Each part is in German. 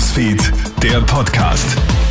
Newsfeed, der Podcast.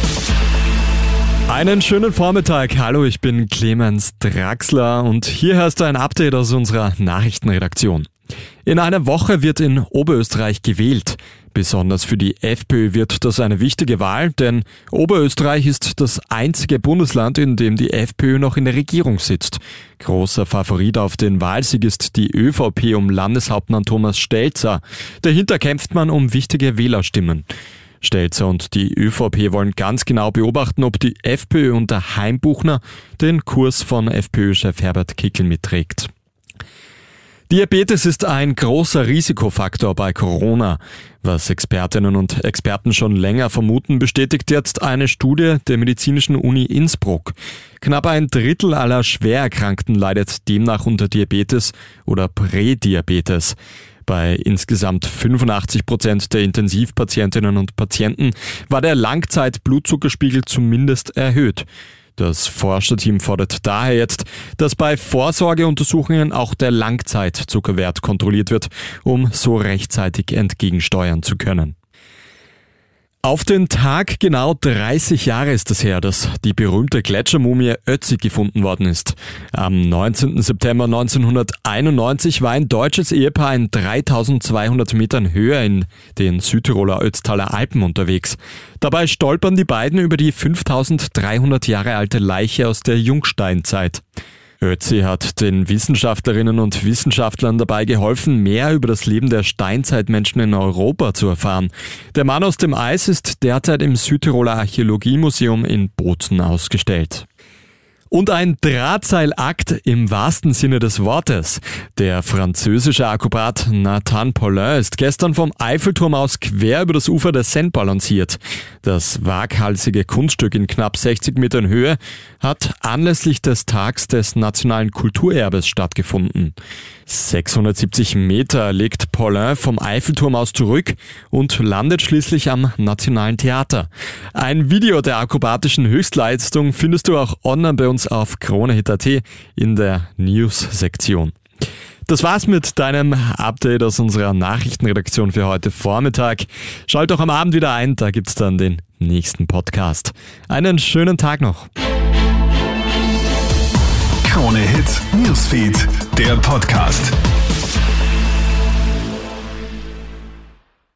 Einen schönen Vormittag. Hallo, ich bin Clemens Draxler und hier hörst du ein Update aus unserer Nachrichtenredaktion. In einer Woche wird in Oberösterreich gewählt. Besonders für die FPÖ wird das eine wichtige Wahl, denn Oberösterreich ist das einzige Bundesland, in dem die FPÖ noch in der Regierung sitzt. Großer Favorit auf den Wahlsieg ist die ÖVP um Landeshauptmann Thomas Stelzer. Dahinter kämpft man um wichtige Wählerstimmen. Stelzer und die ÖVP wollen ganz genau beobachten, ob die FPÖ unter Heimbuchner den Kurs von FPÖ-Chef Herbert Kickl mitträgt. Diabetes ist ein großer Risikofaktor bei Corona. Was Expertinnen und Experten schon länger vermuten, bestätigt jetzt eine Studie der Medizinischen Uni Innsbruck. Knapp ein Drittel aller Schwererkrankten leidet demnach unter Diabetes oder Prädiabetes. Bei insgesamt 85% der Intensivpatientinnen und Patienten war der Langzeit-Blutzuckerspiegel zumindest erhöht. Das Forscherteam fordert daher jetzt, dass bei Vorsorgeuntersuchungen auch der Langzeitzuckerwert kontrolliert wird, um so rechtzeitig entgegensteuern zu können. Auf den Tag genau 30 Jahre ist es her, dass die berühmte Gletschermumie Ötzi gefunden worden ist. Am 19. September 1991 war ein deutsches Ehepaar in 3200 Metern Höhe in den Südtiroler Ötztaler Alpen unterwegs. Dabei stolpern die beiden über die 5300 Jahre alte Leiche aus der Jungsteinzeit. Ötzi hat den Wissenschaftlerinnen und Wissenschaftlern dabei geholfen, mehr über das Leben der Steinzeitmenschen in Europa zu erfahren. Der Mann aus dem Eis ist derzeit im Südtiroler Archäologiemuseum in Bozen ausgestellt. Und ein Drahtseilakt im wahrsten Sinne des Wortes. Der französische Akrobat Nathan Paulin ist gestern vom Eiffelturm aus quer über das Ufer der Seine balanciert. Das waghalsige Kunststück in knapp 60 Metern Höhe hat anlässlich des Tags des nationalen Kulturerbes stattgefunden. 670 Meter legt Paulin vom Eiffelturm aus zurück und landet schließlich am Nationalen Theater. Ein Video der akrobatischen Höchstleistung findest du auch online bei uns auf KroneHit.at in der News-Sektion. Das war's mit deinem Update aus unserer Nachrichtenredaktion für heute Vormittag. Schalt doch am Abend wieder ein, da gibt's dann den nächsten Podcast. Einen schönen Tag noch. KroneHit Newsfeed, der Podcast.